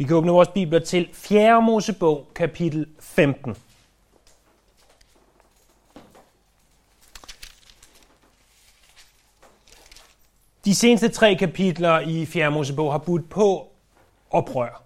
Vi kan åbne vores bibler til 4. Mosebog, kapitel 15. De seneste 3 kapitler i 4. Mosebog har budt på oprør.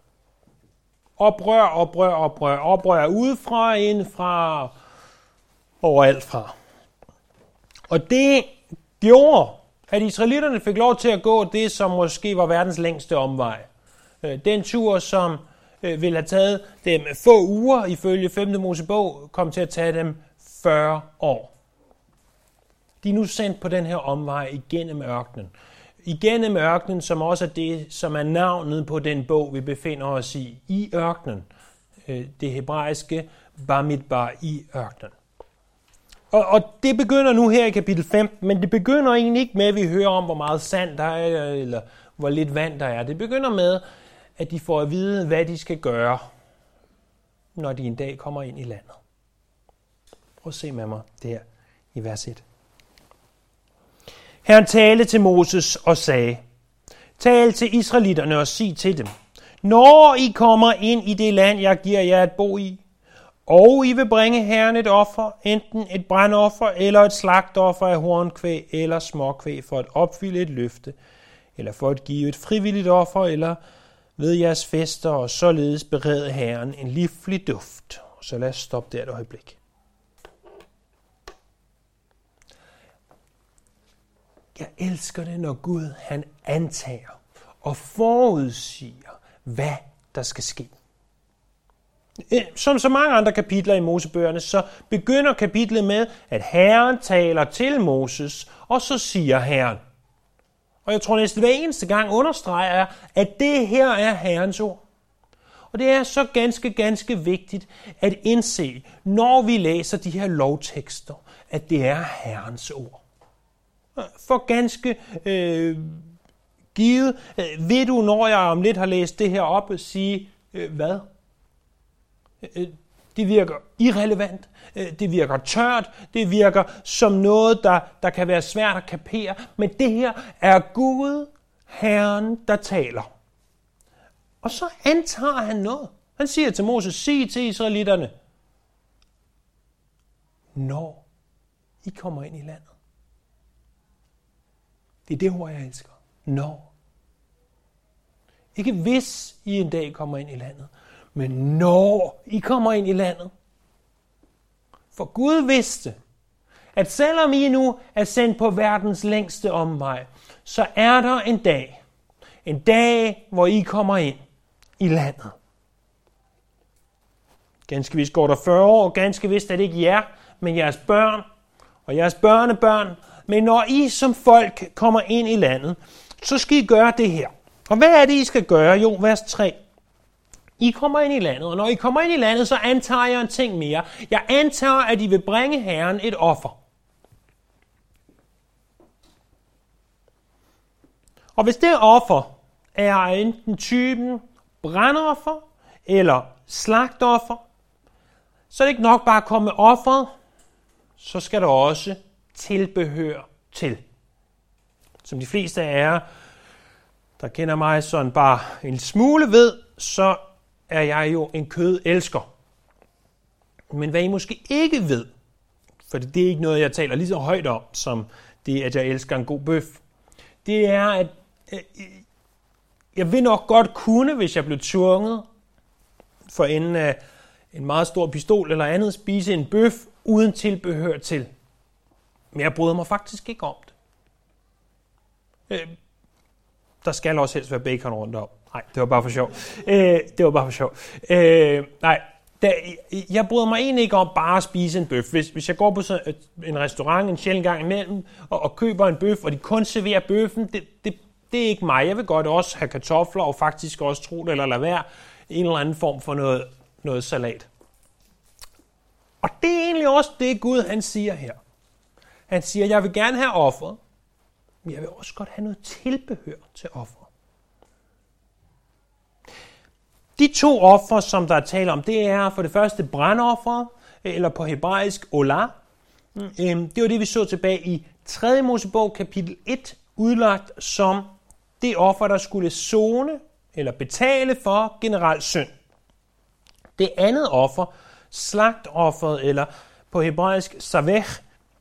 Oprør udefra, indefra, overalt fra. Og det gjorde, at israelitterne fik lov til at gå det, som måske var verdens længste omvej. Den tur, som ville have taget dem få uger, ifølge 5. Mosebog, kom til at tage dem 40 år. De er nu sendt på den her omvej igennem ørkenen. Igennem ørkenen, som også er det, som er navnet på den bog, vi befinder os i ørkenen. Det hebraiske Bamidbar i ørkenen. Og det begynder nu her i kapitel 15, men det begynder egentlig ikke med, at vi hører om, hvor meget sand der er, eller hvor lidt vand der er. Det begynder med, at de får at vide, hvad de skal gøre, når de en dag kommer ind i landet. Prøv at se med mig det her i vers 1. Herren talte til Moses og sagde, tal til israelitterne og sig til dem, når I kommer ind i det land, jeg giver jer at bo i, og I vil bringe Herren et offer, enten et brandoffer eller et slagtoffer af hornkvæg eller småkvæg for at opfylde et løfte, eller for at give et frivilligt offer, eller ved jeres fester, og således berede Herren en livlig duft. Så lad os stoppe der et øjeblik. Jeg elsker det, når Gud han antager og forudsiger, hvad der skal ske. Som så mange andre kapitler i Mosebøgerne, så begynder kapitlet med, at Herren taler til Moses, og så siger Herren. Og jeg tror næsten hver eneste gang understreger jeg, at det her er Herrens ord. Og det er så ganske vigtigt at indse, når vi læser de her lovtekster, at det er Herrens ord. For ganske givet, ved du, når jeg om lidt har læst det her op, og sige, hvad? Det virker irrelevant, det virker tørt, det virker som noget, der kan være svært at kapere, men det her er Gud, Herren, der taler. Og så antager han noget. Han siger til Moses, sig til israelitterne, når I kommer ind i landet. Det er det ord, jeg elsker. Når. Ikke hvis I en dag kommer ind i landet, men når I kommer ind i landet. For Gud vidste, at selvom I nu er sendt på verdens længste omvej, så er der en dag, hvor I kommer ind i landet. Ganske vist går der 40 år, ganske vist er det ikke jer, men jeres børn og jeres børnebørn. Men når I som folk kommer ind i landet, så skal I gøre det her. Og hvad er det, I skal gøre? Jo, vers 3. I kommer ind i landet, og når I kommer ind i landet, så antager jeg en ting mere. Jeg antager, at I vil bringe Herren et offer. Og hvis det offer er enten typen brandoffer eller slagtoffer, så er det ikke nok bare at komme med offeret, så skal der også tilbehør til. Som de fleste af jer, der kender mig sådan bare en smule ved, så er jeg jo en kødelsker. Men hvad I måske ikke ved, for det er ikke noget, jeg taler lige så højt om, som det, at jeg elsker en god bøf, det er, at jeg vil nok godt kunne, hvis jeg blev tvunget for enden af en meget stor pistol eller andet, spise en bøf uden tilbehør til. Men jeg bryder mig faktisk ikke om det. Der skal også helst være bacon rundt om. Nej, det var bare for sjov. Jeg bryder mig egentlig ikke om bare at spise en bøf. Hvis jeg går på en restaurant en sjældent gang imellem og køber en bøf, og de kun serverer bøffen, det er ikke mig. Jeg vil godt også have kartofler og faktisk også tro det eller lade være en eller anden form for noget salat. Og det er egentlig også det, Gud han siger her. Han siger, jeg vil gerne have offeret, men jeg vil også godt have noget tilbehør til offeret. De 2 offer, som der er tale om, det er for det første brandoffer, eller på hebraisk olah. Det var det, vi så tilbage i 3. Mosebog, kapitel 1, udlagt som det offer, der skulle sone eller betale for generel synd. Det andet offer, slagtofferet, eller på hebraisk savech,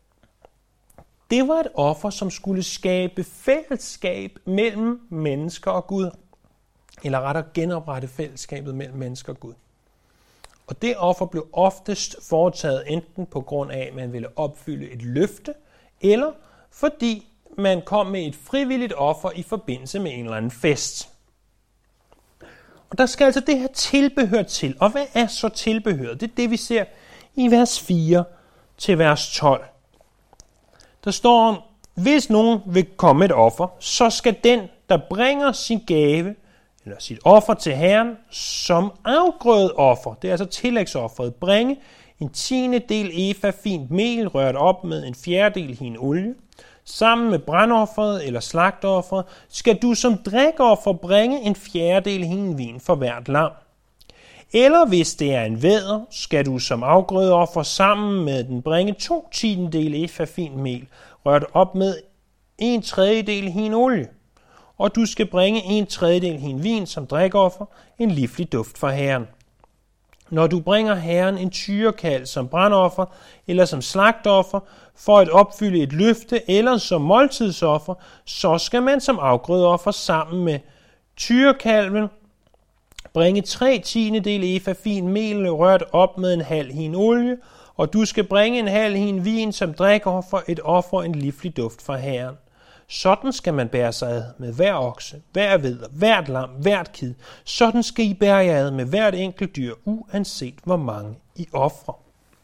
det var et offer, som skulle skabe fællesskab mellem mennesker og Gud. Eller rettere genoprette fællesskabet mellem mennesker og Gud. Og det offer blev oftest foretaget enten på grund af, at man ville opfylde et løfte, eller fordi man kom med et frivilligt offer i forbindelse med en eller anden fest. Og der skal altså det her tilbehør til. Og hvad er så tilbehøret? Det er det, vi ser i vers 4 til vers 12. Der står, hvis nogen vil komme med et offer, så skal den, der bringer sin gave, eller sit offer til Herren, som afgrødeoffer, det er altså tillægsofferet, bringe en 10. efa fint mel rørt op med en 1/4 hin olie. Sammen med brandofferet eller slagtofferet skal du som drikoffer bringe en 1/4 hin vin for hvert lam. Eller hvis det er en vædder, skal du som afgrødeoffer sammen med den bringe 2/10 efa fint mel rørt op med 1/3 hin olie. Og du skal bringe 1/3 hin vin som drikoffer, en livlig duft for Herren. Når du bringer Herren en tyrekalv som brandoffer eller som slagtoffer for at opfylde et løfte eller som måltidsoffer, så skal man som afgrødeoffer sammen med tyrekalven bringe 3/10 efa fin mel rørt op med en 1/2 hin olie, og du skal bringe en 1/2 hin vin som drikoffer, et offer, en livlig duft for Herren. Sådan skal man bære sig ad med hver okse, hver vædder, hvert lam, hvert kid. Sådan skal I bære jer ad med hvert enkelt dyr, uanset hvor mange I ofrer.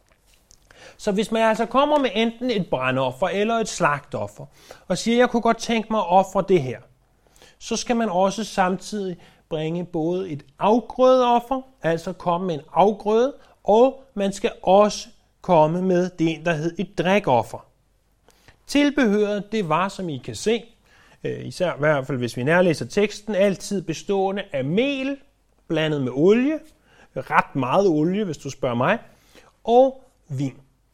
Så hvis man altså kommer med enten et brandoffer eller et slagtoffer, og siger, jeg kunne godt tænke mig at ofre det her, så skal man også samtidig bringe både et afgrødeoffer, altså komme med en afgrøde, og man skal også komme med det, der hed et drikoffer. Tilbehøret, det var, som I kan se, især i hvert fald hvis vi nærlæser teksten, altid bestående af mel, blandet med olie, ret meget olie, hvis du spørger mig, og vin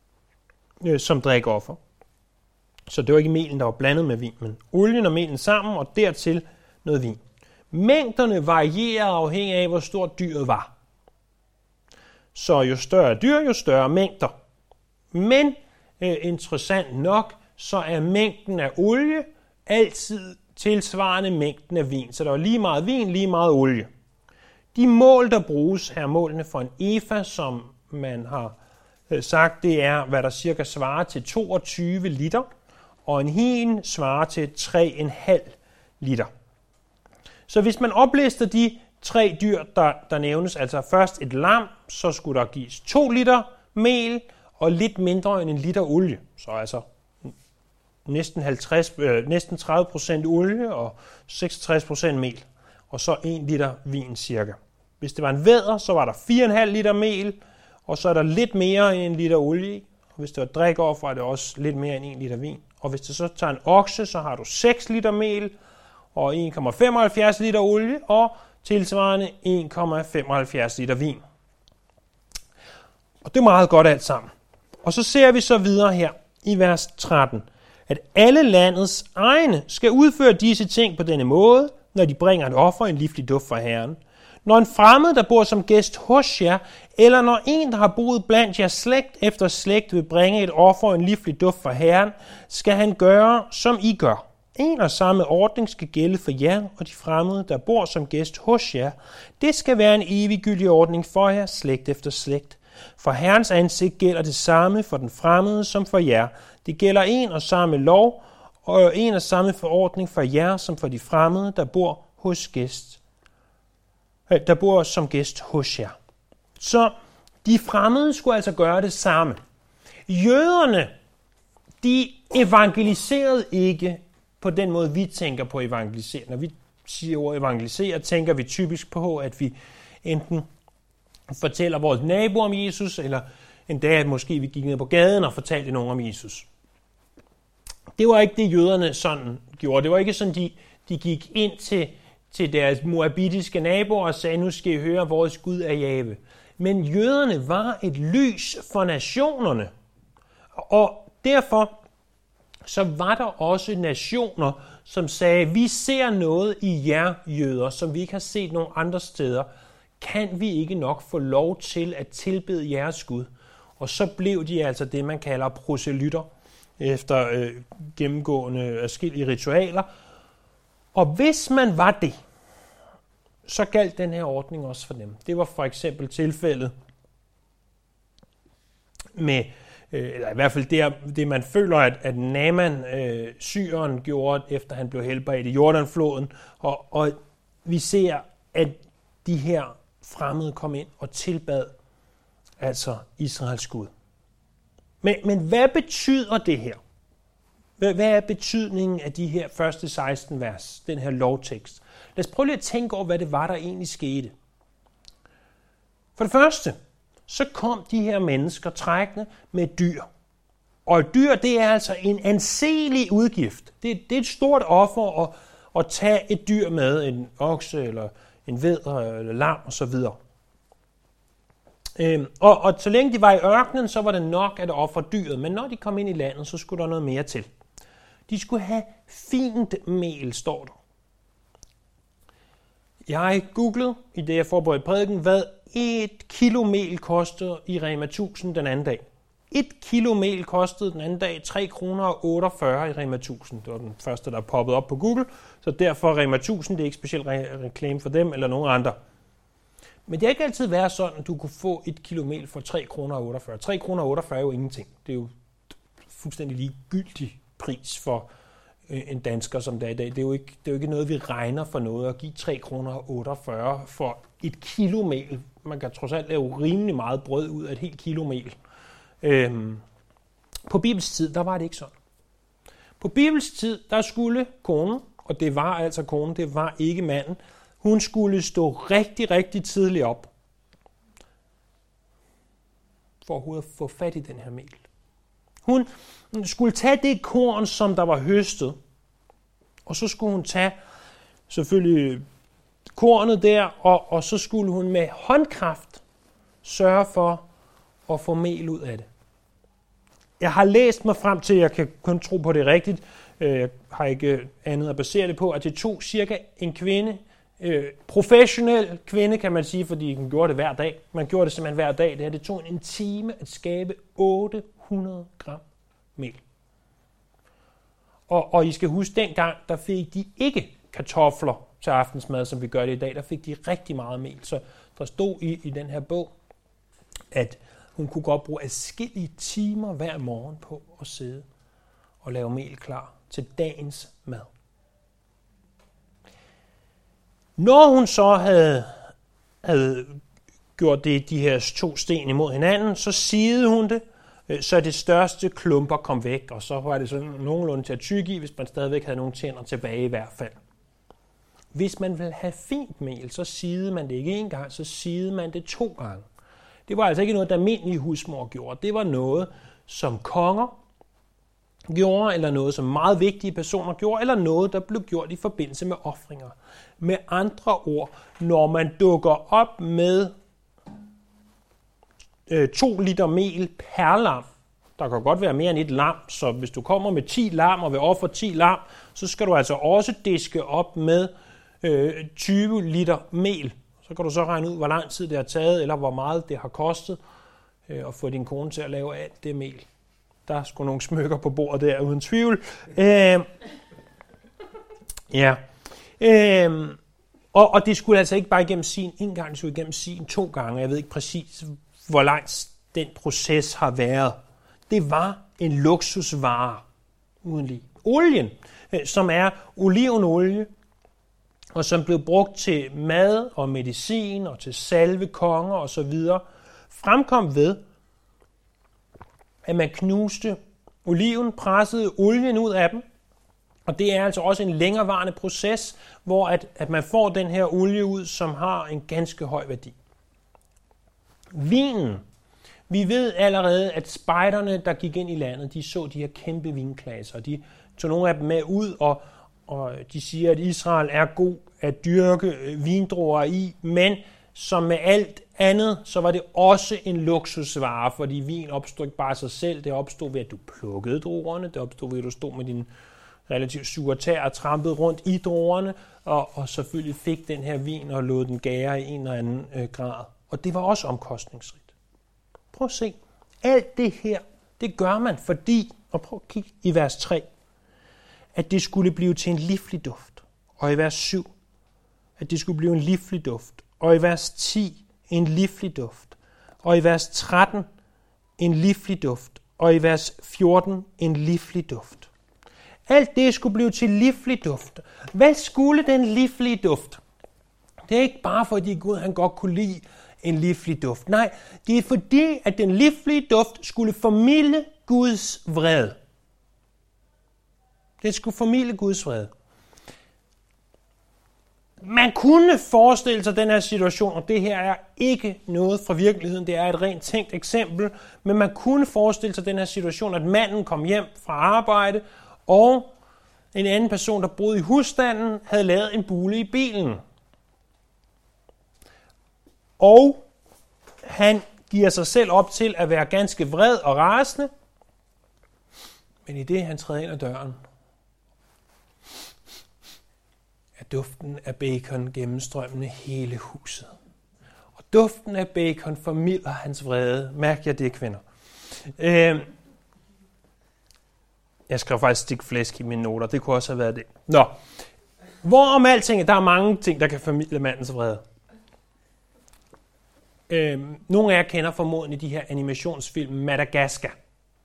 som drikoffer. Så det var ikke melen, der var blandet med vin, men olien og melen sammen, og dertil noget vin. Mængderne varierede afhængig af, hvor stort dyret var. Så jo større dyr, jo større mængder. Men interessant nok, så er mængden af olie altid tilsvarende mængden af vin. Så der var lige meget vin, lige meget olie. De mål, der bruges her, målene for en efa, som man har sagt, det er, hvad der cirka svarer til 22 liter, og en hin svarer til 3,5 liter. Så hvis man oplister de 3 dyr, der nævnes, altså først et lam, så skulle der gives 2 liter mel, og lidt mindre end en liter olie. Så altså næsten 30% olie og 66% mel. Og så 1 liter vin cirka. Hvis det var en vædder, så var der 4,5 liter mel, og så er der lidt mere end 1 liter olie. Og hvis det var drikoffer, er det også lidt mere end 1 liter vin. Og hvis det så tager en okse, så har du 6 liter mel og 1,75 liter olie, og tilsvarende 1,75 liter vin. Og det er meget godt alt sammen. Og så ser vi så videre her i vers 13, at alle landets egne skal udføre disse ting på denne måde, når de bringer et offer, en livlig duft for Herren. Når en fremmed, der bor som gæst hos jer, eller når en, der har boet blandt jer slægt efter slægt, vil bringe et offer, en livlig duft for Herren, skal han gøre, som I gør. En og samme ordning skal gælde for jer og de fremmede, der bor som gæst hos jer. Det skal være en eviggyldig ordning for jer, slægt efter slægt. For Herrens ansigt gælder det samme for den fremmede som for jer. Det gælder en og samme lov, og en og samme forordning for jer som for de fremmede, der bor som gæst hos jer. Så de fremmede skulle altså gøre det samme. Jøderne, de evangeliserede ikke på den måde, vi tænker på evangelisere. Når vi siger ordet evangelisere, tænker vi typisk på, at vi enten fortæller vores nabo om Jesus, eller endda måske vi gik ned på gaden og fortalte nogen om Jesus. Det var ikke det, jøderne sådan gjorde. Det var ikke sådan, de gik ind til deres moabitiske naboer og sagde, nu skal I høre, vores Gud er Jahve. Men jøderne var et lys for nationerne. Og derfor så var der også nationer, som sagde, vi ser noget i jer jøder, som vi ikke har set nogen andre steder. Kan vi ikke nok få lov til at tilbede jeres Gud? Og så blev de altså det, man kalder proselytter, efter gennemgående adskillige ritualer. Og hvis man var det, så galt den her ordning også for dem. Det var for eksempel tilfældet med, eller i hvert fald det man føler, at Naaman, syreren, gjorde, efter han blev helbredt i Jordanfloden. Og vi ser, at de her fremmede kom ind og tilbad altså Israels Gud. Men hvad betyder det her? Hvad er betydningen af de her første 16 vers, den her lovtekst? Lad os prøve lige at tænke over, hvad det var, der egentlig skete. For det første, så kom de her mennesker trækkende med dyr. Og et dyr, det er altså en anselig udgift. Det er et stort offer at tage et dyr med, en okse eller en vædder eller lam osv. Og så længe de var i ørkenen, så var det nok at ofre dyret. Men når de kom ind i landet, så skulle der noget mere til. De skulle have fint mel, står der. Jeg googlede i det, jeg forberedte prædiken, hvad 1 kilo mel kostede i Rema 1000 den anden dag. 1 kilo mel kostede den anden dag 3,48 kroner i Rema 1000. Det var den første, der poppede op på Google, så derfor Rema 1000, det er ikke specielt reklame for dem eller nogen andre. Men det har ikke altid været sådan, at du kunne få 1 kilo mel for 3,48 kroner. 3,48 kroner er jo ingenting. Det er jo fuldstændig ligegyldig pris for en dansker, som det er i dag. Det er jo ikke noget, vi regner for noget at give 3,48 kroner for 1 kilo mel. Man kan trods alt lave rimelig meget brød ud af et helt kilo mel. På Bibels tid, der var det ikke sådan. På Bibels tid, der skulle konen, og det var altså konen, det var ikke manden, hun skulle stå rigtig, rigtig tidligt op, for overhovedet at få fat i den her mel. Hun skulle tage det korn, som der var høstet, og så skulle hun tage selvfølgelig kornet der, og så skulle hun med håndkraft sørge for at få mel ud af det. Jeg har læst mig frem til, jeg kan kun tro på det rigtigt, jeg har ikke andet at basere det på, at det tog cirka en kvinde, professionel kvinde kan man sige, fordi hun gjorde det hver dag. Man gjorde det simpelthen hver dag. Det tog en time at skabe 800 gram mel. Og I skal huske, dengang der fik de ikke kartofler til aftensmad, som vi gør det i dag. Der fik de rigtig meget mel. Så der stod i den her bog, at hun kunne godt bruge adskillige timer hver morgen på at sidde og lave mel klar til dagens mad. Når hun så havde gjort det, de her 2 sten imod hinanden, så sigede hun det, så det største klumper kom væk, og så var det sådan nogenlunde til at tygge i, hvis man stadigvæk havde nogle tænder tilbage i hvert fald. Hvis man ville have fint mel, så sigede man det ikke 1 gang, så sigede man det 2 gange. Det var altså ikke noget, der almindelige husmor gjorde. Det var noget, som konger gjorde, eller noget, som meget vigtige personer gjorde, eller noget, der blev gjort i forbindelse med ofringer. Med andre ord, når man dukker op med 2 liter mel per lam, der kan godt være mere end 1 lam, så hvis du kommer med 10 lam og vil ofre 10 lam, så skal du altså også diske op med 20 liter mel. Så kan du så regne ud, hvor lang tid det har taget, eller hvor meget det har kostet at få din kone til at lave alt det mel. Der er sgu nogle smykker på bordet der, uden tvivl. Og det skulle altså ikke bare igennem sin 1 gang, det skulle igennem sin 2 gange. Jeg ved ikke præcis, hvor langt den proces har været. Det var en luksusvare, uden lige. Olien, som er olivenolie, og som blev brugt til mad og medicin og til salve konger og så videre, fremkom ved, at man knuste oliven, pressede olien ud af dem, og det er altså også en længerevarende proces, hvor at man får den her olie ud, som har en ganske høj værdi. Vinen. Vi ved allerede, at spejderne, der gik ind i landet, de så de her kæmpe vinklaser. De tog nogle af dem med ud, og de siger, at Israel er god at dyrke vindruer i, men som med alt andet, så var det også en luksusvare, fordi vin opstod ikke bare sig selv, det opstod ved, at du plukkede druerne, det opstod ved, at du stod med din relativt sure tæer, trampede rundt i druerne, og selvfølgelig fik den her vin og lod den gære i en eller anden grad. Og det var også omkostningsrigt. Prøv at se. Alt det her, det gør man, fordi, og prøv at kigge i vers 3, at det skulle blive til en livlig duft. Og i vers 7, at det skulle blive en livlig duft. Og i vers 10, en livlig duft. Og i vers 13, en livlig duft. Og i vers 14, en livlig duft. Alt det skulle blive til livlig duft. Hvad skulle den livlige duft? Det er ikke bare fordi Gud han godt kunne lide en livlig duft. Nej, det er fordi, at den livlige duft skulle formilde Guds vrede. Det skulle formilde Guds vrede. Man kunne forestille sig den her situation, og det her er ikke noget fra virkeligheden, det er et rent tænkt eksempel, men man kunne forestille sig den her situation, at manden kom hjem fra arbejde, og en anden person, der boede i husstanden, havde lavet en bule i bilen. Og han giver sig selv op til at være ganske vred og rasende, men i det han træder ind ad døren, er duften af bacon gennemstrømmende hele huset. Og duften af bacon formilder hans vrede. Mærk jer det, kvinder. Jeg skrev faktisk stik flæsk i mine noter. Det kunne også have været det. Nå. Hvorom alting, der er mange ting, der kan formilde mandens vrede. Nogle af jer kender formodentlig de her animationsfilm Madagascar.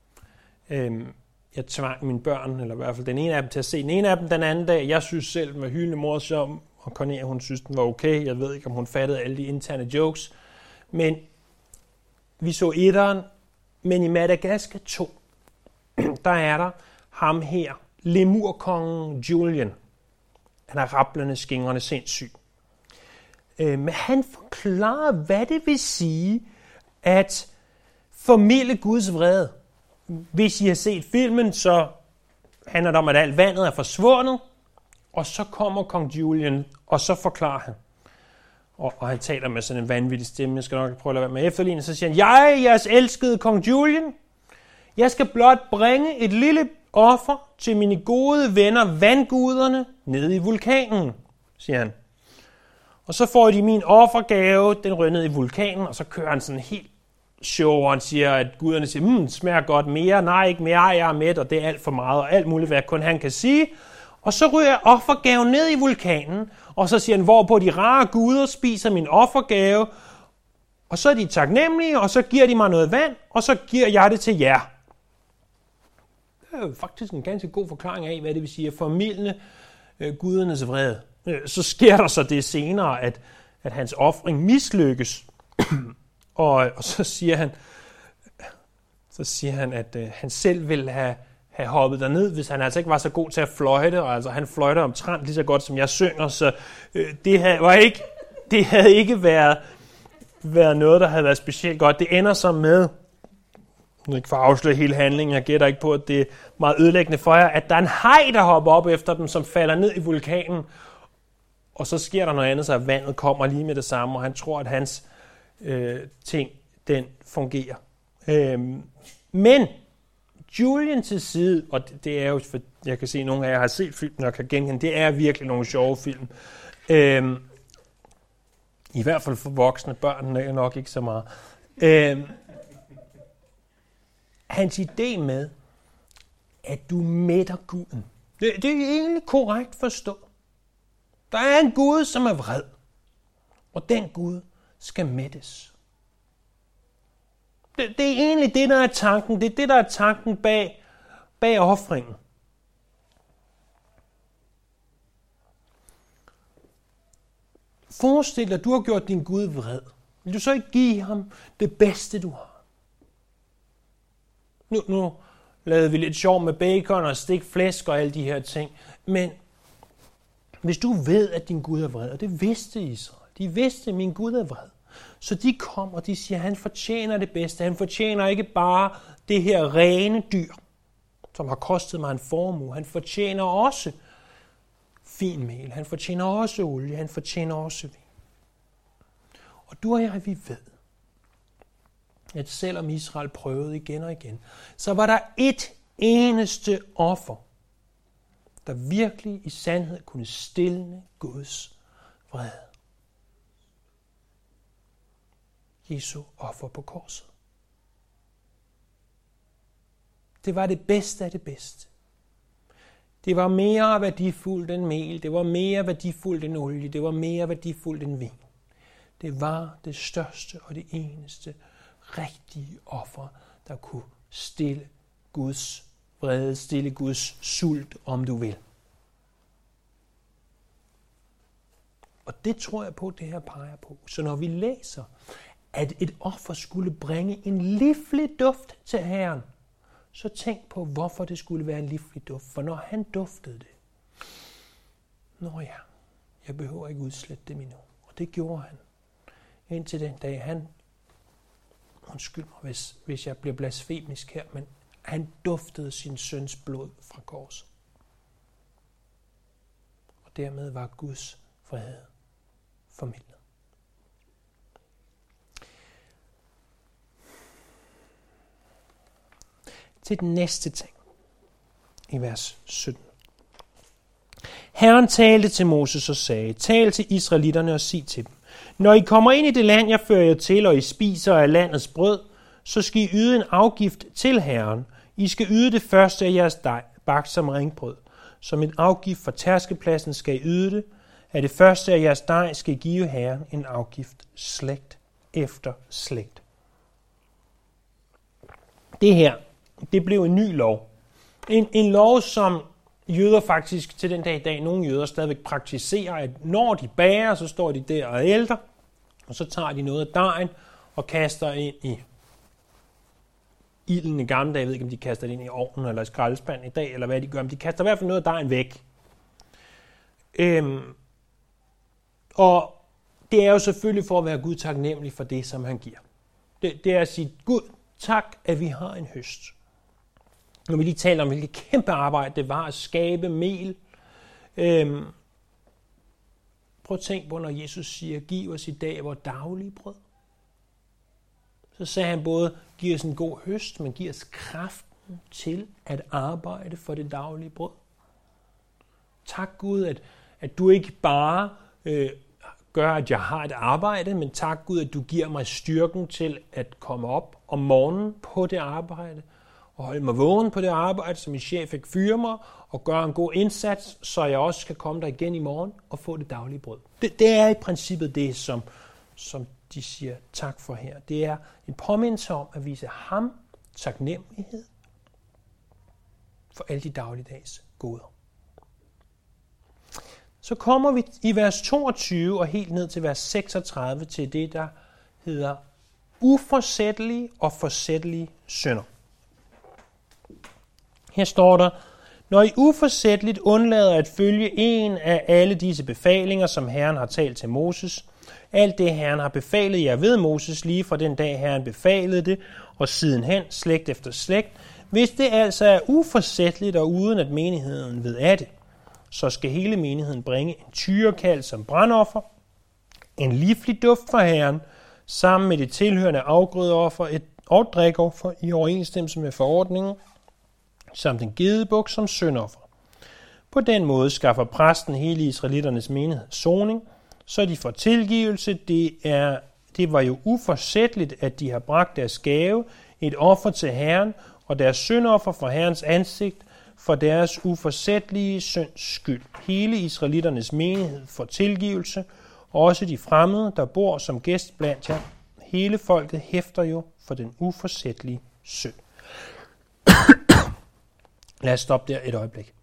Jeg tvang mine børn, eller i hvert fald den ene af dem, til at se den ene af dem den anden dag. Jeg synes selv, den var hyldende morsom, og Cornelia, hun synes, den var okay. Jeg ved ikke, om hun fattede alle de interne jokes. Men vi så etteren, men i Madagascar 2, der er der ham her, lemurkongen Julian. Han er rablende, skingrende sindssyg. Men han forklarer, hvad det vil sige at formilde Guds vrede. Hvis I har set filmen, så handler det om, at alt vandet er forsvundet, og så kommer kong Julian, og så forklarer han. Og han taler med sådan en vanvittig stemme, jeg skal nok prøve at lade være med efterligne, så siger han, jeg, jeres elskede kong Julian, jeg skal blot bringe et lille offer til mine gode venner, vandguderne, nede i vulkanen, siger han. Og så får de min offergave, den ryger ned i vulkanen, og så kører han sådan helt show, hvor han siger, at guderne siger, smager godt mere, nej ikke mere, jeg er mæt, og det er alt for meget, og alt muligt, hvad kun han kan sige. Og så ryger offergaven ned i vulkanen, og så siger han, hvorpå de rare guder spiser min offergave, og så er de taknemmelige, og så giver de mig noget vand, og så giver jeg det til jer. Det er jo faktisk en ganske god forklaring af, hvad det vil sige at formilde gudernes vrede. Så sker der så det senere, at hans ofring mislykkes, og så siger han, at han selv ville have hoppet derned, hvis han altså ikke var så god til at fløjte, og altså han fløjter omtrent lige så godt, som jeg synger, så det havde ikke været noget, der havde været specielt godt. Det ender så med, nu ikke for at afsløre hele handlingen, jeg gætter ikke på, at det er meget ødelæggende for jer, at der er en haj, der hopper op efter dem, som falder ned i vulkanen, og så sker der noget andet, så vandet kommer lige med det samme, og han tror, at hans ting, den fungerer. Men Julian til side, og det er jo, for jeg kan se, at nogle af jer har set filmen og kan genkende, det er virkelig nogle sjove film. I hvert fald for voksne, børnene er nok ikke så meget. Hans idé med, at du mætter guden, det er egentlig korrekt forstå. Der er en Gud, som er vred, og den Gud skal mættes. Det er egentlig det, der er tanken. Det er det, der er tanken bag ofringen. Forestil dig, at du har gjort din Gud vred. Vil du så ikke give ham det bedste, du har? Nu lavede vi lidt sjov med bacon og stik flæsk og alle de her ting. Men hvis du ved, at din Gud er vred, og det vidste Israel, de vidste, at min Gud er vred, så de kom, og de siger, at han fortjener det bedste. Han fortjener ikke bare det her rene dyr, som har kostet mig en formue. Han fortjener også fin mel. Han fortjener også olie. Han fortjener også vin. Og du og jeg, vi ved, at selvom Israel prøvede igen og igen, så var der et eneste offer, der virkelig i sandhed kunne stilne Guds vrede. Jesu offer på korset. Det var det bedste af det bedste. Det var mere værdifuldt end mel, det var mere værdifuldt end olie, det var mere værdifuldt end vin. Det var det største og det eneste rigtige offer, der kunne stille Guds vrede, stille Guds sult, om du vil. Og det tror jeg på, det her peger på. Så når vi læser, at et offer skulle bringe en livlig duft til Herren, så tænk på, hvorfor det skulle være en livlig duft. For når han duftede det, jeg behøver ikke udslette det endnu. Og det gjorde han. Indtil den dag, han, undskyld mig, hvis jeg bliver blasfemisk her, men han duftede sin søns blod fra korset. Og dermed var Guds vrede formidlet. Til den næste ting i vers 17. Herren talte til Moses og sagde, tal til israelitterne og sig til dem, når I kommer ind i det land, jeg fører jer til, og I spiser af landets brød, så skal I yde en afgift til Herren. I skal yde det første af jeres dej, bagt som ringbrød. Som en afgift for tærskepladsen skal I yde det. Af det første af jeres dej skal I give Herren en afgift slægt efter slægt. Det her, det blev en ny lov. En lov, som jøder faktisk til den dag i dag, nogle jøder stadigvæk praktiserer, at når de bager, så står de der og ælter, og så tager de noget af dejen og kaster ind i ilden i gamle dage. Jeg ved ikke, om de kaster det ind i ovnen eller i skraldespanden i dag, eller hvad de gør, men de kaster i hvert fald noget af dejen væk. Og det er jo selvfølgelig for at være Gud taknemmelig for det, som han giver. Det er at sige, Gud, tak, at vi har en høst. Når vi lige taler om, hvilket kæmpe arbejde det var at skabe mel. Prøv at tænke på, når Jesus siger, giv os i dag vores daglige brød. Så sagde han både, giv os en god høst, men giv os kraften til at arbejde for det daglige brød. Tak Gud, at du ikke bare gør, at jeg har et arbejde, men tak Gud, at du giver mig styrken til at komme op om morgenen på det arbejde, og holde mig vågen på det arbejde, så min chef ikke fyrer mig, og gøre en god indsats, så jeg også skal komme der igen i morgen og få det daglige brød. Det er i princippet det, som de siger tak for her. Det er en påmindelse om at vise ham taknemmelighed for alle de dagligdags goder. Så kommer vi i vers 22 og helt ned til vers 36 til det, der hedder uforsættelige og forsættelige synder. Her står der, når I uforsætteligt undlader at følge en af alle disse befalinger, som Herren har talt til Moses, alt det Herren har befalet jer ved Moses lige fra den dag Herren befalede det, og sidenhen slægt efter slægt, hvis det altså er uforsætteligt og uden at menigheden ved af det, så skal hele menigheden bringe en tyrekalv som brandoffer, en livlig duft for Herren, sammen med det tilhørende afgrødeoffer og drikoffer i overensstemmelse med forordningen, samt en gedebuk som syndoffer. På den måde skaffer præsten hele israelitternes menighed soning, så de får tilgivelse. Det var jo uforsætteligt, at de har bragt deres gave, et offer til Herren, og deres syndoffer for Herrens ansigt, for deres uforsættelige synds skyld. Hele israelitternes menighed får tilgivelse, også de fremmede, der bor som gæst blandt jer. Hele folket hæfter jo for den uforsættelige synd. Lad os stoppe der et øjeblik.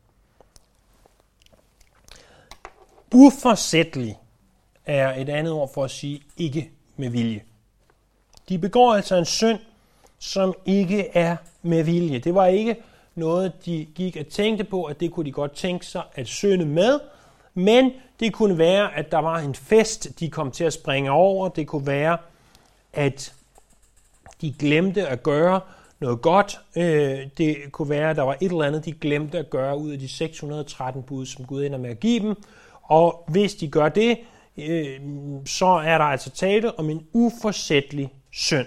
Uforsættelig er et andet ord for at sige ikke med vilje. De begår altså en synd, som ikke er med vilje. Det var ikke noget, de gik og tænkte på, at det kunne de godt tænke sig at synde med, men det kunne være, at der var en fest, de kom til at springe over. Det kunne være, at de glemte at gøre noget godt. Det kunne være, at der var et eller andet, de glemte at gøre ud af de 613 bud, som Gud ender med at give dem. Og hvis de gør det, så er der altså tale om en uforsættelig synd.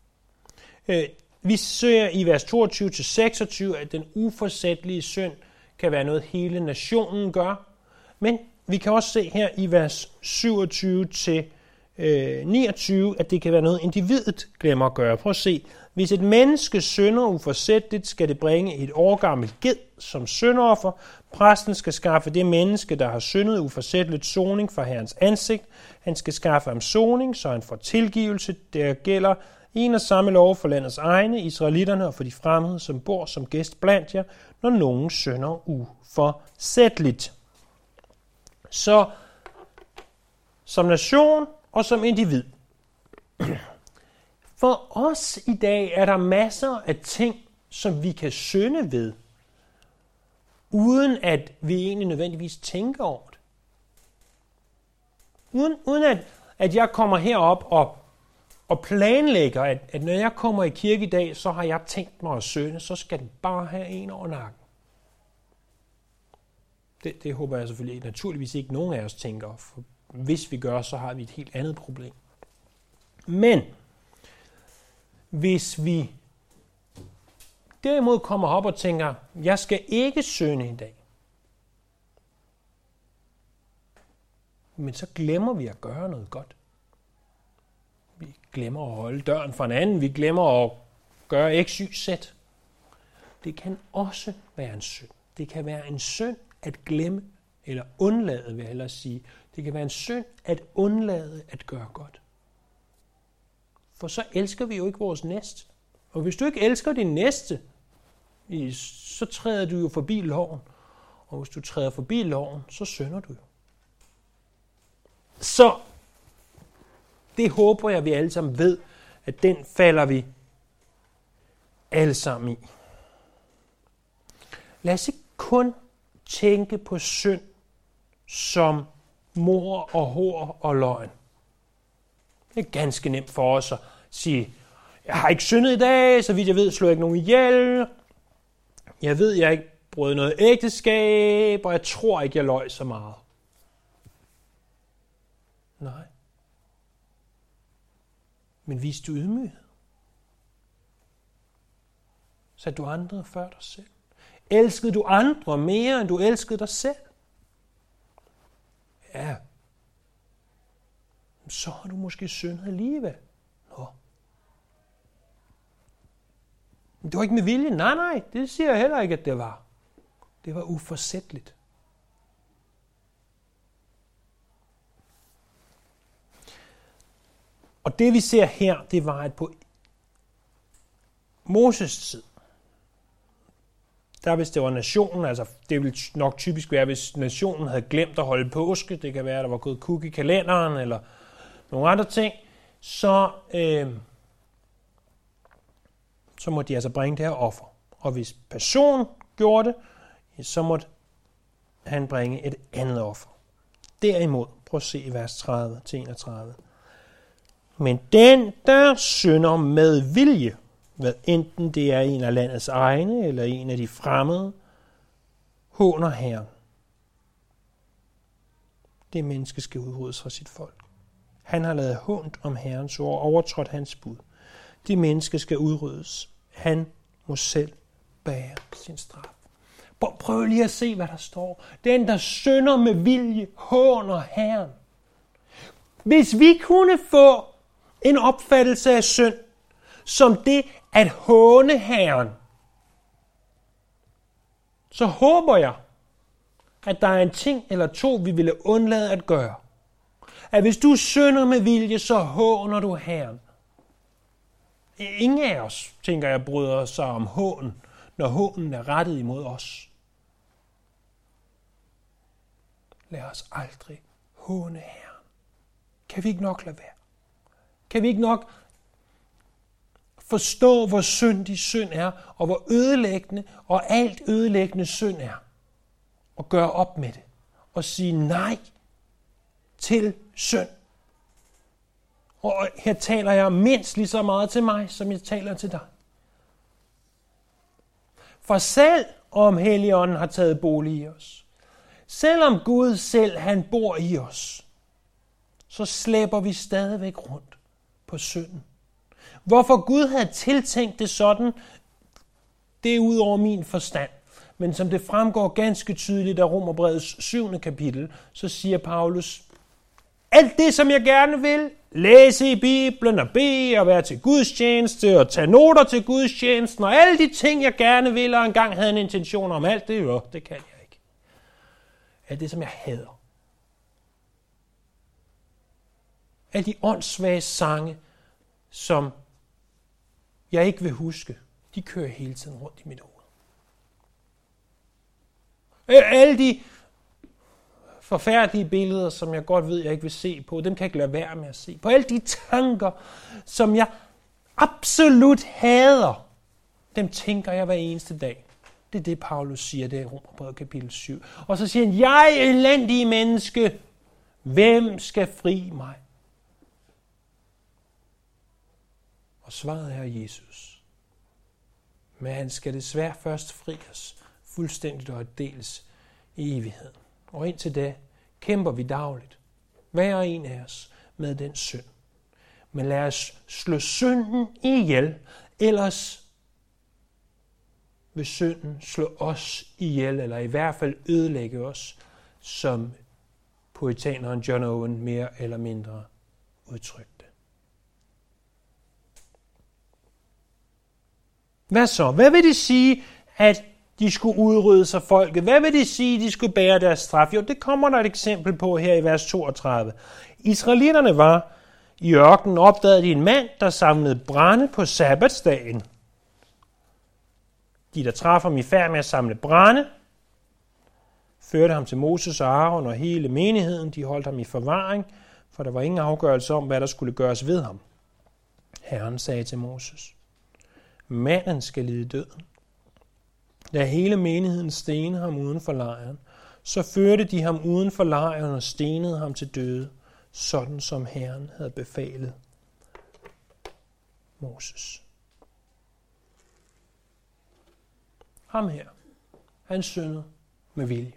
Vi ser i vers 22-26, at den uforsættelige synd kan være noget, hele nationen gør. Men vi kan også se her i vers 27 til 29, at det kan være noget, individet glemmer at gøre. Prøv at se. Hvis et menneske synder uforsætligt, skal det bringe et årgammelt ged som syndoffer. Præsten skal skaffe det menneske, der har syndet uforsætligt, soning for Herrens ansigt. Han skal skaffe ham soning, så han får tilgivelse. Der gælder en og samme lov for landets egne, israelitterne og for de fremmede, som bor som gæst blandt jer, når nogen synder uforsætligt. Så som nation og som individ. For os i dag er der masser af ting, som vi kan synde ved, uden at vi egentlig nødvendigvis tænker over det. Uden at jeg kommer herop og planlægger, at når jeg kommer i kirke i dag, så har jeg tænkt mig at synde, så skal den bare have en over nakken. Det håber jeg selvfølgelig naturligvis ikke nogen af os tænker, for hvis vi gør, så har vi et helt andet problem. Men hvis vi derimod kommer op og tænker, jeg skal ikke synde i dag, men så glemmer vi at gøre noget godt. Vi glemmer at holde døren for en anden, vi glemmer at gøre x, y, z. Det kan også være en synd. Det kan være en synd at glemme, eller undlade, vil jeg hellere sige. Det kan være en synd at undlade at gøre godt. For så elsker vi jo ikke vores næste. Og hvis du ikke elsker din næste, så træder du jo forbi loven. Og hvis du træder forbi loven, så synder du jo. Så det håber jeg, vi alle sammen ved, at den falder vi alle sammen i. Lad os ikke kun tænke på synd som mord og hor og løgn. Det er ganske nemt for os at sige, jeg har ikke syndet i dag, så vidt jeg ved, slår jeg ikke nogen ihjel. Jeg ved, jeg ikke brød noget ægteskab, og jeg tror ikke, jeg løg så meget. Nej. Men vis du ydmyghed. Satte du andre før dig selv? Elskede du andre mere, end du elskede dig selv? Ja. Så har du måske syndet alligevel. Nå. Det var ikke med vilje. Nej, det siger jeg heller ikke, at det var. Det var uforsætligt. Og det vi ser her, det var, at på Moses tid, der hvis det var nationen, altså det ville nok typisk være, hvis nationen havde glemt at holde påske, det kan være, at der var gået kuk i kalenderen, eller nogle andre ting, så måtte de altså bringe det her offer. Og hvis personen gjorde det, så måtte han bringe et andet offer. Derimod, prøv at se i vers 30-31. Men den, der synder med vilje, hvad enten det er en af landets egne, eller en af de fremmede, håner Herren. Det menneske skal udryddes fra sit folk. Han har lavet hånt om Herrens ord og overtrådt hans bud. Det menneske skal udryddes. Han må selv bære sin straf. Prøv lige at se, hvad der står. Den, der synder med vilje, håner Herren. Hvis vi kunne få en opfattelse af synd, som det at håne Herren, så håber jeg, at der er en ting eller to, vi ville undlade at gøre. At hvis du synder med vilje, så håner du Herren. Ingen af os, tænker jeg, bryder sig om hån, når hånen er rettet imod os. Lad os aldrig håne Herren. Kan vi ikke nok lade være? Kan vi ikke nok forstå, hvor syndig synd er, og hvor ødelæggende og alt ødelæggende synd er, og gøre op med det, og sige nej til synd. Og her taler jeg mindst lige så meget til mig, som jeg taler til dig. For selv om Helligånden har taget bolig i os, selvom Gud selv han bor i os, så slæber vi stadigvæk rundt på synden. Hvorfor Gud havde tiltænkt det sådan, det er ud over min forstand. Men som det fremgår ganske tydeligt af Romerbrevets 7. kapitel, så siger Paulus, alt det, som jeg gerne vil, læse i Bibelen og bede og være til gudstjeneste og tage noter til gudstjenesten og alle de ting, jeg gerne vil og engang havde en intention om, alt det, det kan jeg ikke. Alt det, som jeg hader. Alle de åndssvage sange, som jeg ikke vil huske, de kører hele tiden rundt i mit hoved. Alle de forfærdelige billeder, som jeg godt ved, jeg ikke vil se på, dem kan jeg ikke lade være med at se på. Alle de tanker, som jeg absolut hader, dem tænker jeg hver eneste dag. Det er det, Paulus siger, det er i Romerbrevet kapitel 7. Og så siger han, jeg elendige menneske, hvem skal fri mig? Og svaret er Jesus. Men han skal desværre først fri os fuldstændigt og dels i evigheden. Og indtil da kæmper vi dagligt, hver og en af os, med den synd. Men lad os slå synden ihjel, ellers vil synden slå os ihjel, eller i hvert fald ødelægge os, som poetaneren John Owen mere eller mindre udtrykte. Hvad så? Hvad vil det sige, at de skulle udrydde sig folket? Hvad vil det sige, at de skulle bære deres straf? Jo, det kommer der et eksempel på her i vers 32. Israelitterne var i ørkenen, opdagede de en mand, der samlede brænde på sabbatsdagen. De, der traf ham i færd med at samle brænde, førte ham til Moses og Aaron og hele menigheden. De holdt ham i forvaring, for der var ingen afgørelse om, hvad der skulle gøres ved ham. Herren sagde til Moses, manden skal lide døden. Da hele menigheden stenede ham uden for lejren, så førte de ham uden for lejren og stenede ham til døde, sådan som Herren havde befalet Moses. Ham her, han syndede med vilje.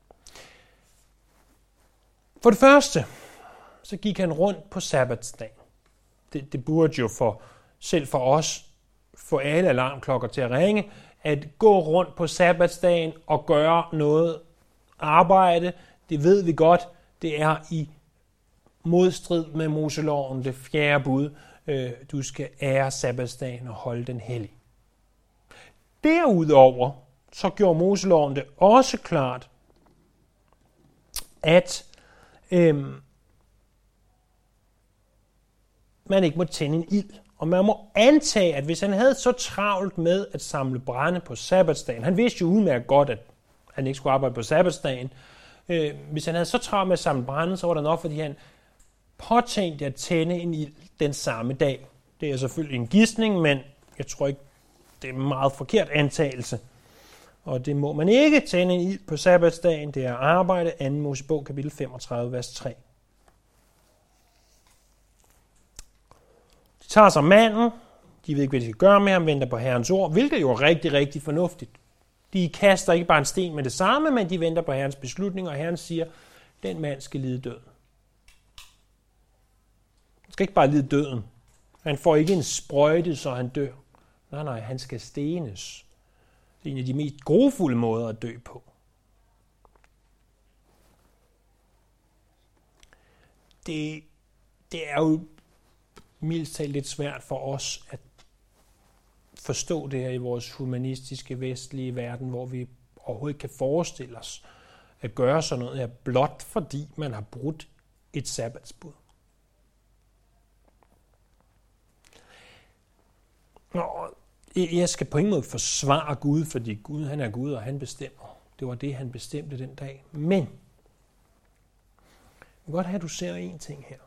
For det første, så gik han rundt på sabbatsdagen. Det burde jo selv for os få alle alarmklokker til at ringe, at gå rundt på sabbatsdagen og gøre noget arbejde, det ved vi godt, det er i modstrid med Moseloven, det 4. bud. Du skal ære sabbatsdagen og holde den hellig. Derudover så gjorde Moseloven det også klart, at man ikke må tænde en ild. Og man må antage, at hvis han havde så travlt med at samle brænde på sabbatsdagen, han vidste jo udmærket godt, at han ikke skulle arbejde på sabbatsdagen, hvis han havde så travlt med at samle brænde, så var det nok, fordi han påtænkte at tænde en ild den samme dag. Det er selvfølgelig en gidsning, men jeg tror ikke, det er en meget forkert antagelse. Og det må man ikke tænde en ild på sabbatsdagen, det er arbejde, 2. Mosebog, kapitel 35, vers 3. De tager sig manden, de ved ikke, hvad de skal gøre med ham, venter på Herrens ord, hvilket jo er rigtig, rigtig fornuftigt. De kaster ikke bare en sten med det samme, men de venter på Herrens beslutning, og Herren siger, den mand skal lide døden. Han skal ikke bare lide døden. Han får ikke en sprøjte, så han dør. Nej, han skal stenes. Det er en af de mest grufulde måder at dø på. Det er jo mildt talt lidt svært for os at forstå det her i vores humanistiske vestlige verden, hvor vi overhovedet kan forestille os at gøre sådan noget her, blot fordi man har brudt et sabbatsbud. Jeg skal på ingen måde forsvare Gud, fordi Gud han er Gud, og han bestemmer. Det var det, han bestemte den dag. Men jeg vil godt have, at du ser en ting her.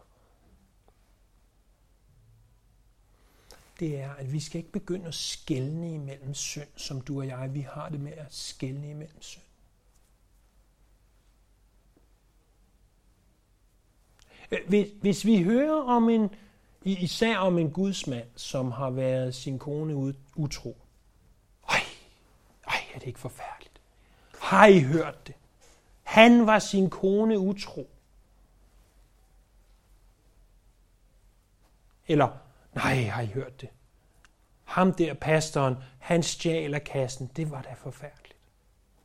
Det er, at vi skal ikke begynde at skelne imellem synd, som du og jeg, vi har det med at skelne imellem synd. Hvis vi hører om især om en gudsmand, som har været sin kone utro. Er det ikke forfærdeligt? Har I hørt det? Han var sin kone utro. Eller, nej, har I hørt det? Ham der, pastoren, han stjal af kassen. Det var da forfærdeligt.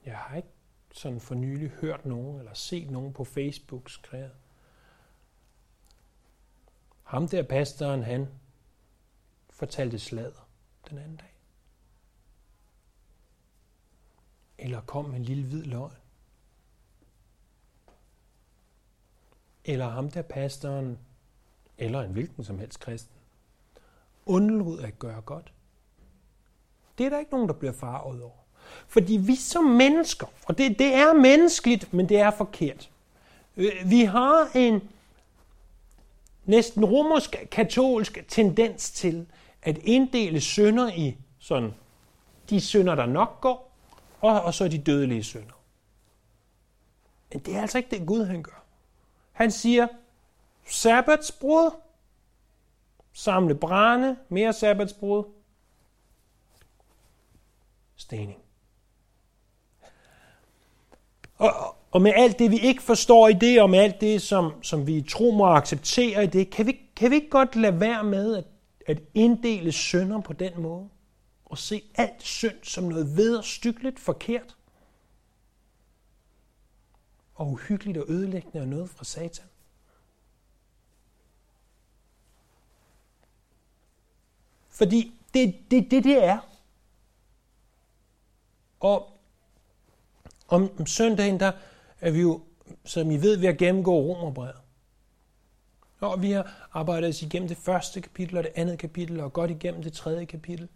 Jeg har ikke sådan for nylig hørt nogen, eller set nogen på Facebook skrevet. Ham der pastoren, han fortalte sladder den anden dag. Eller kom med en lille hvid løgn. Eller ham der pastoren, eller en hvilken som helst kristen, undlod at gøre godt. Det er der ikke nogen, der bliver farvet over. Fordi vi som mennesker, og det er menneskeligt, men det er forkert. Vi har en næsten romersk-katolsk tendens til at inddele synder i sådan de synder, der nok går, og så de dødelige synder. Men det er altså ikke det Gud, han gør. Han siger, sabbatsbrud, samle brænde, mere sabbatsbrud, stening. Og med alt det, vi ikke forstår i det, og med alt det, som vi tror må acceptere i det, kan vi ikke godt lade være med at inddele synder på den måde? Og se alt synd som noget vederstyggeligt, forkert og uhyggeligt og ødelæggende og noget fra Satan. Fordi det er. Og om søndagen, der er vi jo, som I ved, ved at gennemgå Romerbrevet. Og vi har arbejdet os igennem det første kapitel og det andet kapitel, og godt igennem det tredje kapitel.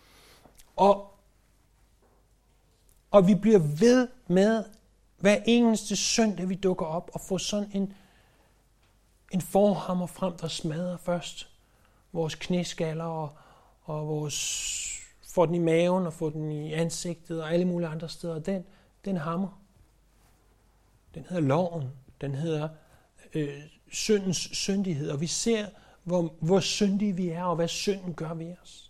Og vi bliver ved med hver eneste søndag, vi dukker op, og får sådan en forhammer frem, der smadrer først vores knæskaller, og vores, får den i maven, og får den i ansigtet, og alle mulige andre steder. Den hammer. Den hedder loven. Den hedder syndens syndighed. Og vi ser, hvor syndige vi er, og hvad synden gør ved os.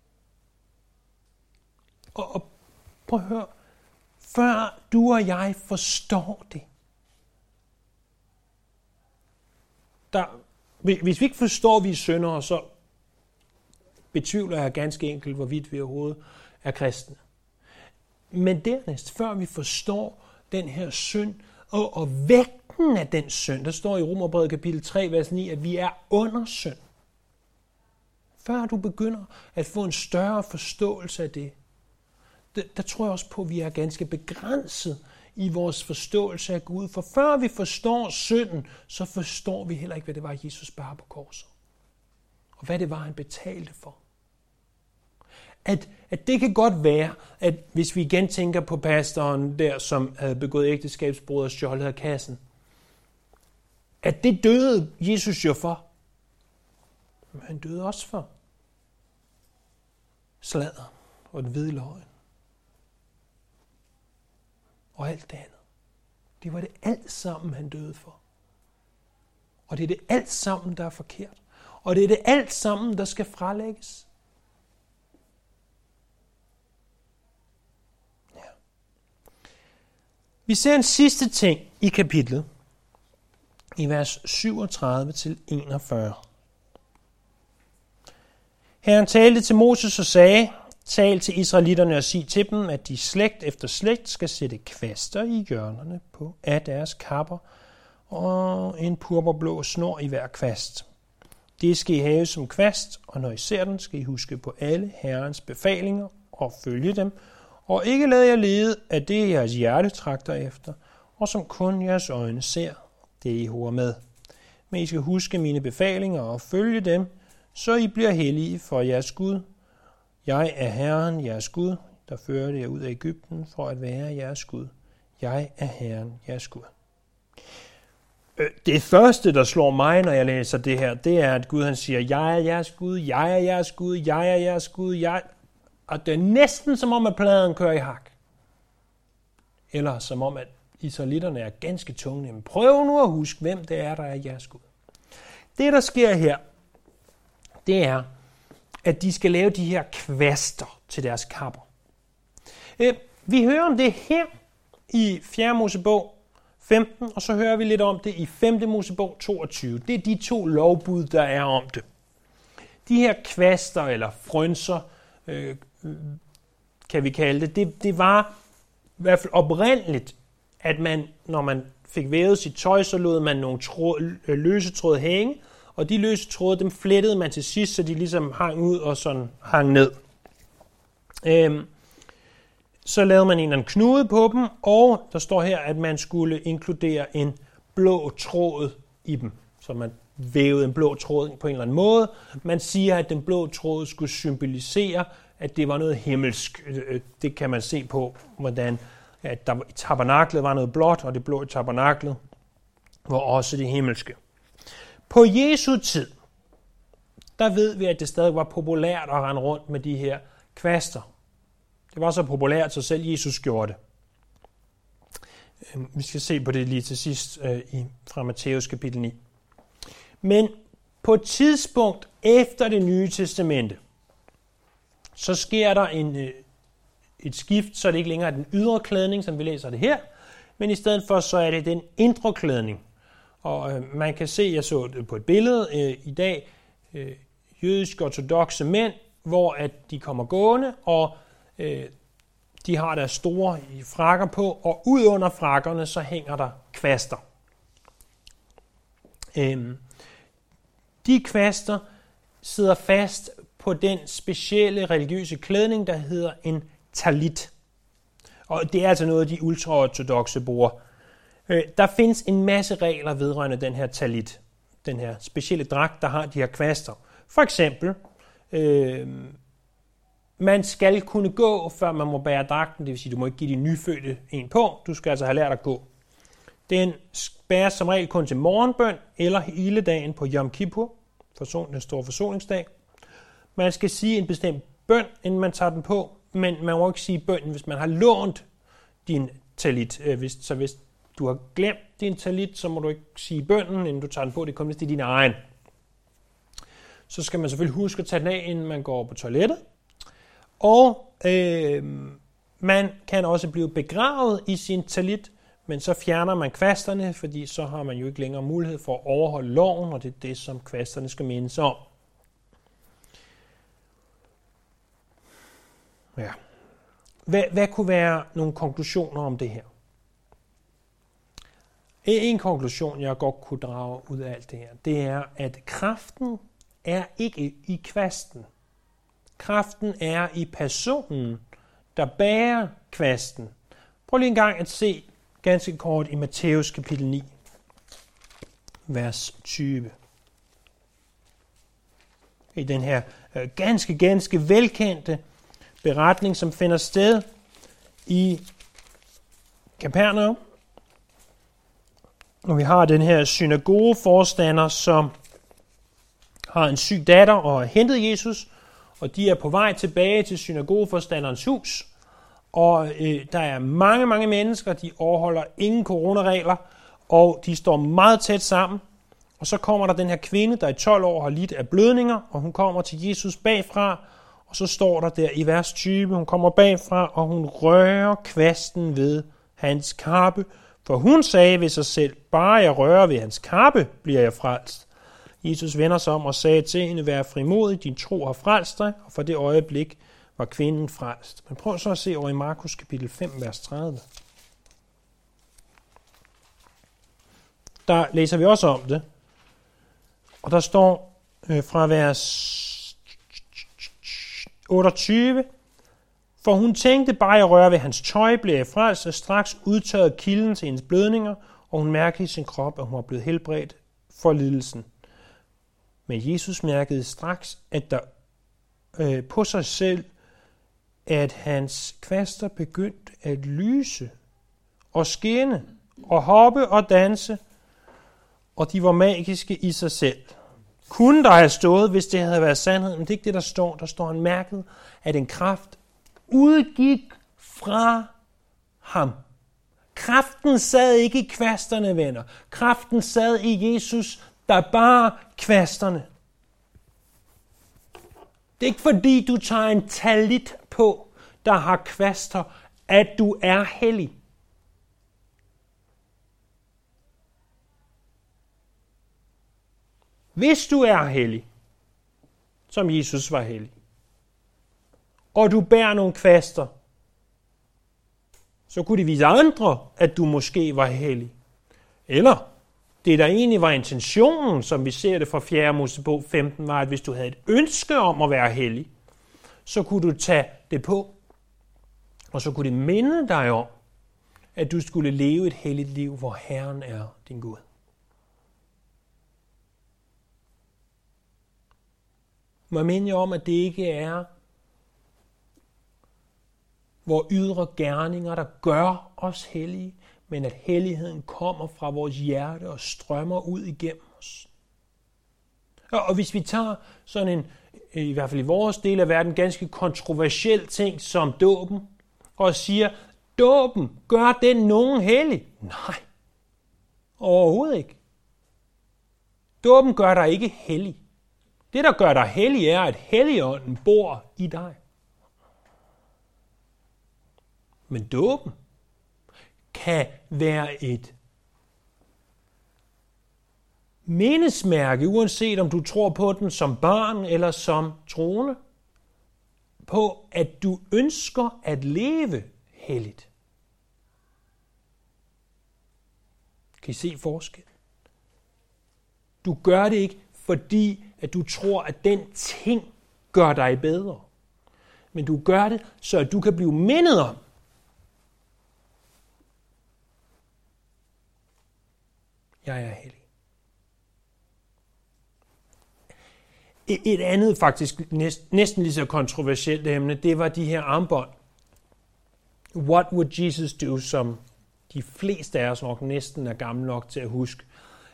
Og prøv at høre. Før du og jeg forstår det. Hvis vi ikke forstår, at vi er syndere, så betvivler jeg ganske enkelt, hvorvidt vi overhovedet er kristne. Men dernæst, før vi forstår den her synd, og vægten af den synd, der står i Romerbrevet kapitel 3, vers 9, at vi er under synd. Før du begynder at få en større forståelse af det, der tror jeg også på, at vi er ganske begrænset i vores forståelse af Gud. For før vi forstår synden, så forstår vi heller ikke, hvad det var, Jesus bar på korset. Og hvad det var, han betalte for. At det kan godt være, at hvis vi igen tænker på pastoren der, som havde begået ægteskabsbrud og stjålet af kassen, at det døde Jesus jo for. Men han døde også for sladder og den hvide løgn. Og alt det andet. Det var det alt sammen, han døde for. Og det er det alt sammen, der er forkert. Og det er det alt sammen, der skal frelægges. Ja. Vi ser en sidste ting i kapitlet, i vers 37-41. Herren talte til Moses og sagde, tal til israelitterne og sig til dem, at de slægt efter slægt skal sætte kvaster i hjørnerne af deres kapper og en purpurblå snor i hver kvast. Det skal I have som kvast, og når I ser den, skal I huske på alle Herrens befalinger og følge dem, og ikke lade jer lede af det, jeres hjerte trakter efter, og som kun jeres øjne ser, det I hører med. Men I skal huske mine befalinger og følge dem, så I bliver hellige for jeres Gud. Jeg er Herren, jeres Gud, der førte jer ud af Egypten for at være jeres Gud. Jeg er Herren, jeres Gud. Det første, der slår mig, når jeg læser det her, det er, at Gud han siger, jeg er jeres Gud, jeg er jeres Gud, jeg er jeres Gud, jeg. Og det er næsten som om, at pladen kører i hak. Eller som om, at israelitterne er ganske tunge. Men prøv nu at huske, hvem det er, der er jeres Gud. Det, der sker her, det er, at de skal lave de her kvaster til deres kapper. Vi hører om det her i 4. Mosebog 15, og så hører vi lidt om det i 5. Mosebog 22. Det er de 2 lovbud, der er om det. De her kvaster eller frønser, kan vi kalde det, det var hvert fald oprindeligt, at man, når man fik vævet sit tøj, så lod man nogle løse tråde hænge, og de løse tråde, dem flettede man til sidst, så de ligesom hang ud og sådan hang ned. Så lavede man en eller anden knude på dem, og der står her, at man skulle inkludere en blå tråd i dem. Så man vævede en blå tråd på en eller anden måde. Man siger, at den blå tråd skulle symbolisere, at det var noget himmelsk. Det kan man se på, hvordan at der i tabernaklet var noget blåt, og det blå i tabernaklet var også det himmelske. På Jesu tid, der ved vi, at det stadig var populært at rende rundt med de her kvaster. Det var så populært, så selv Jesus gjorde det. Vi skal se på det lige til sidst fra Matthæus kapitel 9. Men på et tidspunkt efter det nye testamente, så sker der et skift, så er det ikke længere den ydre klædning, som vi læser det her, men i stedet for, så er det den indre klædning. Og man kan se, jeg så det på et billede i dag, jødiske ortodokse mænd, hvor at de kommer gående, og de har deres store frakker på, og ud under frakkerne, så hænger der kvaster. De kvaster sidder fast på den specielle religiøse klædning, der hedder en talit. Og det er altså noget, de ultraortodokse bruger. Der findes en masse regler vedrørende den her talit, den her specielle dragt, der har de her kvaster. For eksempel, man skal kunne gå, før man må bære dragten, det vil sige, du må ikke give de nyfødte en på, du skal altså have lært at gå. Den bæres som regel kun til morgenbøn, eller hele dagen på Yom Kippur, den store forsoningsdag. Man skal sige en bestemt bøn, inden man tager den på, men man må ikke sige bønnen, hvis man har lånt din talit. Så hvis du har glemt din talit, så må du ikke sige bønnen, inden du tager den på. Det kommer til din egen. Så skal man selvfølgelig huske at tage den af, inden man går på toilettet. Og man kan også blive begravet i sin talit, men så fjerner man kvasterne, fordi så har man jo ikke længere mulighed for at overholde loven, og det er det, som kvasterne skal mindes om. Ja. Hvad kunne være nogle konklusioner om det her? En konklusion, jeg godt kunne drage ud af alt det her, det er, at kraften er ikke i kvasten. Kraften er i personen, der bærer kvasten. Prøv lige en gang at se ganske kort i Matthæus kapitel 9, vers 20. I den her ganske velkendte beretning, som finder sted i Kapernaum. Og vi har den her synagogeforstander, som har en syg datter og har hentet Jesus, og de er på vej tilbage til synagogeforstanderens hus. Og der er mange mennesker, de overholder ingen coronaregler, og de står meget tæt sammen. Og så kommer der den her kvinde, der i 12 år har lidt af blødninger, og hun kommer til Jesus bagfra, og så står der i vers 20, hun kommer bagfra, og hun rører kvasten ved hans kappe, for hun sagde ved sig selv, bare jeg rører ved hans kappe, bliver jeg frelst. Jesus vender sig om og sagde til hende, vær frimodig, din tro har frelst dig, og for det øjeblik var kvinden frelst. Men prøv så at se over i Markus kapitel 5, vers 30. Der læser vi også om det, og der står fra vers 28, for hun tænkte, bare jeg rører ved hans tøj, bliver jeg frelst, og straks udtørrede kilden til hendes blødninger, og hun mærkede i sin krop, at hun var blevet helbredt for lidelsen. Men Jesus mærkede straks, at der på sig selv, at hans kvaster begyndte at lyse og skinne og hoppe og danse, og de var magiske i sig selv. Kunne der have stået, hvis det havde været sandhed, men det er ikke det, der står. Der står, han mærkede, at en kraft udgik fra ham. Kraften sad ikke i kvasterne, venner. Kraften sad i Jesus, der bar kvasterne. Det er ikke fordi, du tager en talit på, der har kvaster, at du er hellig. Hvis du er hellig, som Jesus var hellig, og du bærer nogle kvaster, så kunne de vise andre, at du måske var hellig. Eller det, der egentlig var intentionen, som vi ser det fra 4. Mosebog 15, var, at hvis du havde et ønske om at være hellig, så kunne du tage det på, og så kunne det minde dig om, at du skulle leve et helligt liv, hvor Herren er din Gud. Må jeg minde jer om, at det ikke er vores ydre gerninger, der gør os hellige, men at helligheden kommer fra vores hjerte og strømmer ud igennem os. Og hvis vi tager sådan en, i hvert fald i vores del af verden, ganske kontroversiel ting som dåben, og siger, dåben, gør den nogen hellig? Nej, overhovedet ikke. Dåben gør dig ikke hellig. Det, der gør dig hellig, er, at Helligånden bor i dig. Men dåben kan være et mindesmærke, uanset om du tror på den som barn eller som troende, på at du ønsker at leve helligt. Kan I se forskel? Du gør det ikke, fordi at du tror, at den ting gør dig bedre. Men du gør det, så at du kan blive mindet om, jeg er hellig. Et andet faktisk næsten lige så kontroversielt emne, det var de her armbånd. What would Jesus do, som de fleste af os nok næsten er gamle nok til at huske.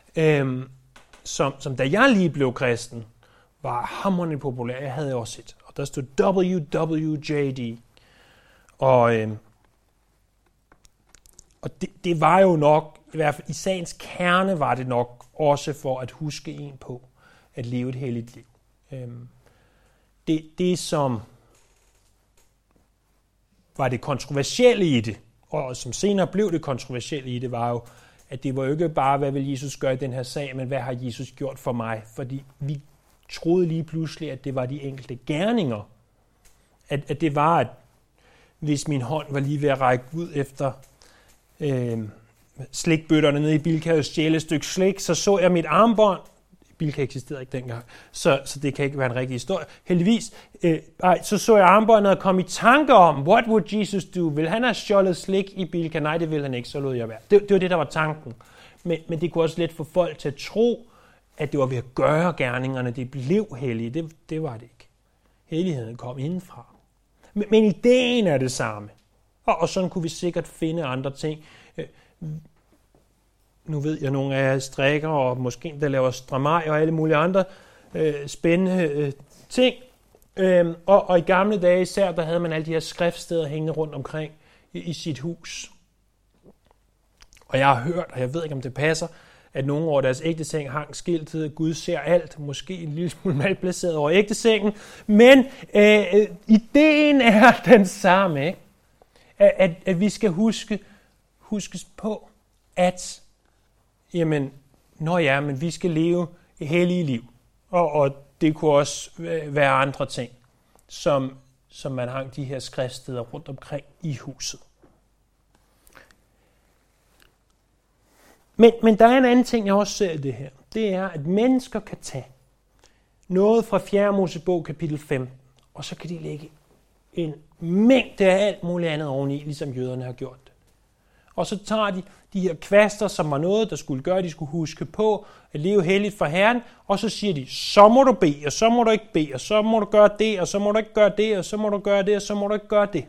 Som da jeg lige blev kristen, var hamrende populær. Jeg havde også et. Og der stod WWJD. Og det var jo nok, i hvert fald i sagens kerne var det nok også for at huske en på at leve et helligt liv. Det som var det kontroversielle i det, og som senere blev det kontroversielle i det, var jo, at det var jo ikke bare, hvad vil Jesus gøre i den her sag, men hvad har Jesus gjort for mig? Fordi vi troede lige pludselig, at det var de enkelte gerninger. At det var, at hvis min hånd var lige ved at række ud efter slikbøtterne nede i Bilka og stjæle et stykke slik, så jeg mit armbånd. Bilka eksisterede ikke dengang, så det kan ikke være en rigtig historie. Heldigvis, så jeg armbåndet og kom i tanke om, what would Jesus do? Vil han have stjålet slik i Bilka? Nej, det ville han ikke, så lod jeg være. Det var det, der var tanken. Men det kunne også let få folk til at tro, at det var ved at gøre gerningerne, det blev hellige. Det var det ikke. Helligheden kom indenfra. Men ideen er det samme. Og sådan kunne vi sikkert finde andre ting. Nu ved jeg, at nogle af jer strikker, og måske der laver stramaj og alle mulige andre spændende ting. Og i gamle dage især, der havde man alle de her skriftsteder hængende rundt omkring i sit hus. Og jeg har hørt, og jeg ved ikke, om det passer, at nogle over deres ægteseng hang skiltet, Gud ser alt, måske en lille smule malplaceret over ægtesengen, men ideen er den samme, ikke? At vi skal huskes på, at jamen, men vi skal leve et hellige liv. Og det kunne også være andre ting, som man hang de her skriftsteder rundt omkring i huset. Men der er en anden ting, jeg også ser i det her. Det er, at mennesker kan tage noget fra 4. Mosebog kapitel 15, og så kan de lægge en mængde af alt muligt andet oveni, ligesom jøderne har gjort det. Og så tager de her kvaster, som var noget, der skulle gøre, at de skulle huske på at leve helligt for Herren, og så siger de, så må du bede, og så må du ikke bede, og så må du gøre det, og så må du ikke gøre det, og så må du gøre det, og så må du ikke gøre det.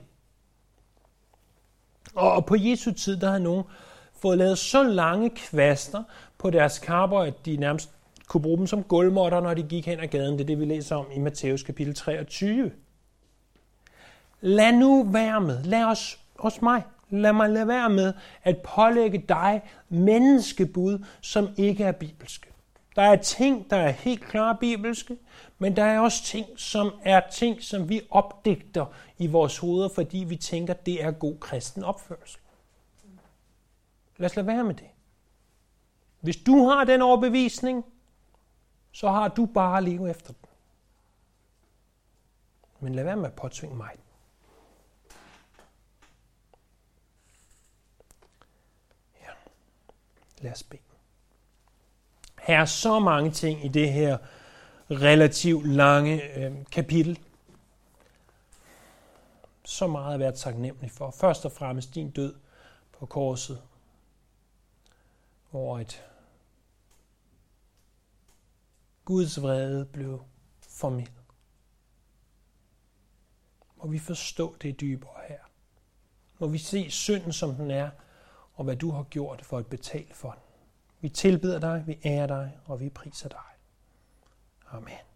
Og på Jesu tid, der havde nogen fået lavet så lange kvaster på deres kapper, at de nærmest kunne bruge dem som gulvmåtter, når de gik hen ad gaden. Det er det, vi læser om i Matthæus kapitel 23. Lad nu være med, lad mig lade være med at pålægge dig menneskebud, som ikke er bibelske. Der er ting, der er helt klart bibelske, men der er også ting, som vi opdigter i vores hoveder, fordi vi tænker, det er god kristen opførsel. Lad os lade være med det. Hvis du har den overbevisning, så har du bare at leve efter den. Men lad være med at påtvinge mig den. Lad os bede. Her er så mange ting i det her relativt lange kapitel. Så meget at være taknemmelig for. Først og fremmest din død på korset, hvor et Guds vrede blev formildet. Må vi forstå det dybere her. Må vi se synden, som den er, og hvad du har gjort for at betale for den. Vi tilbeder dig, vi ærer dig, og vi priser dig. Amen.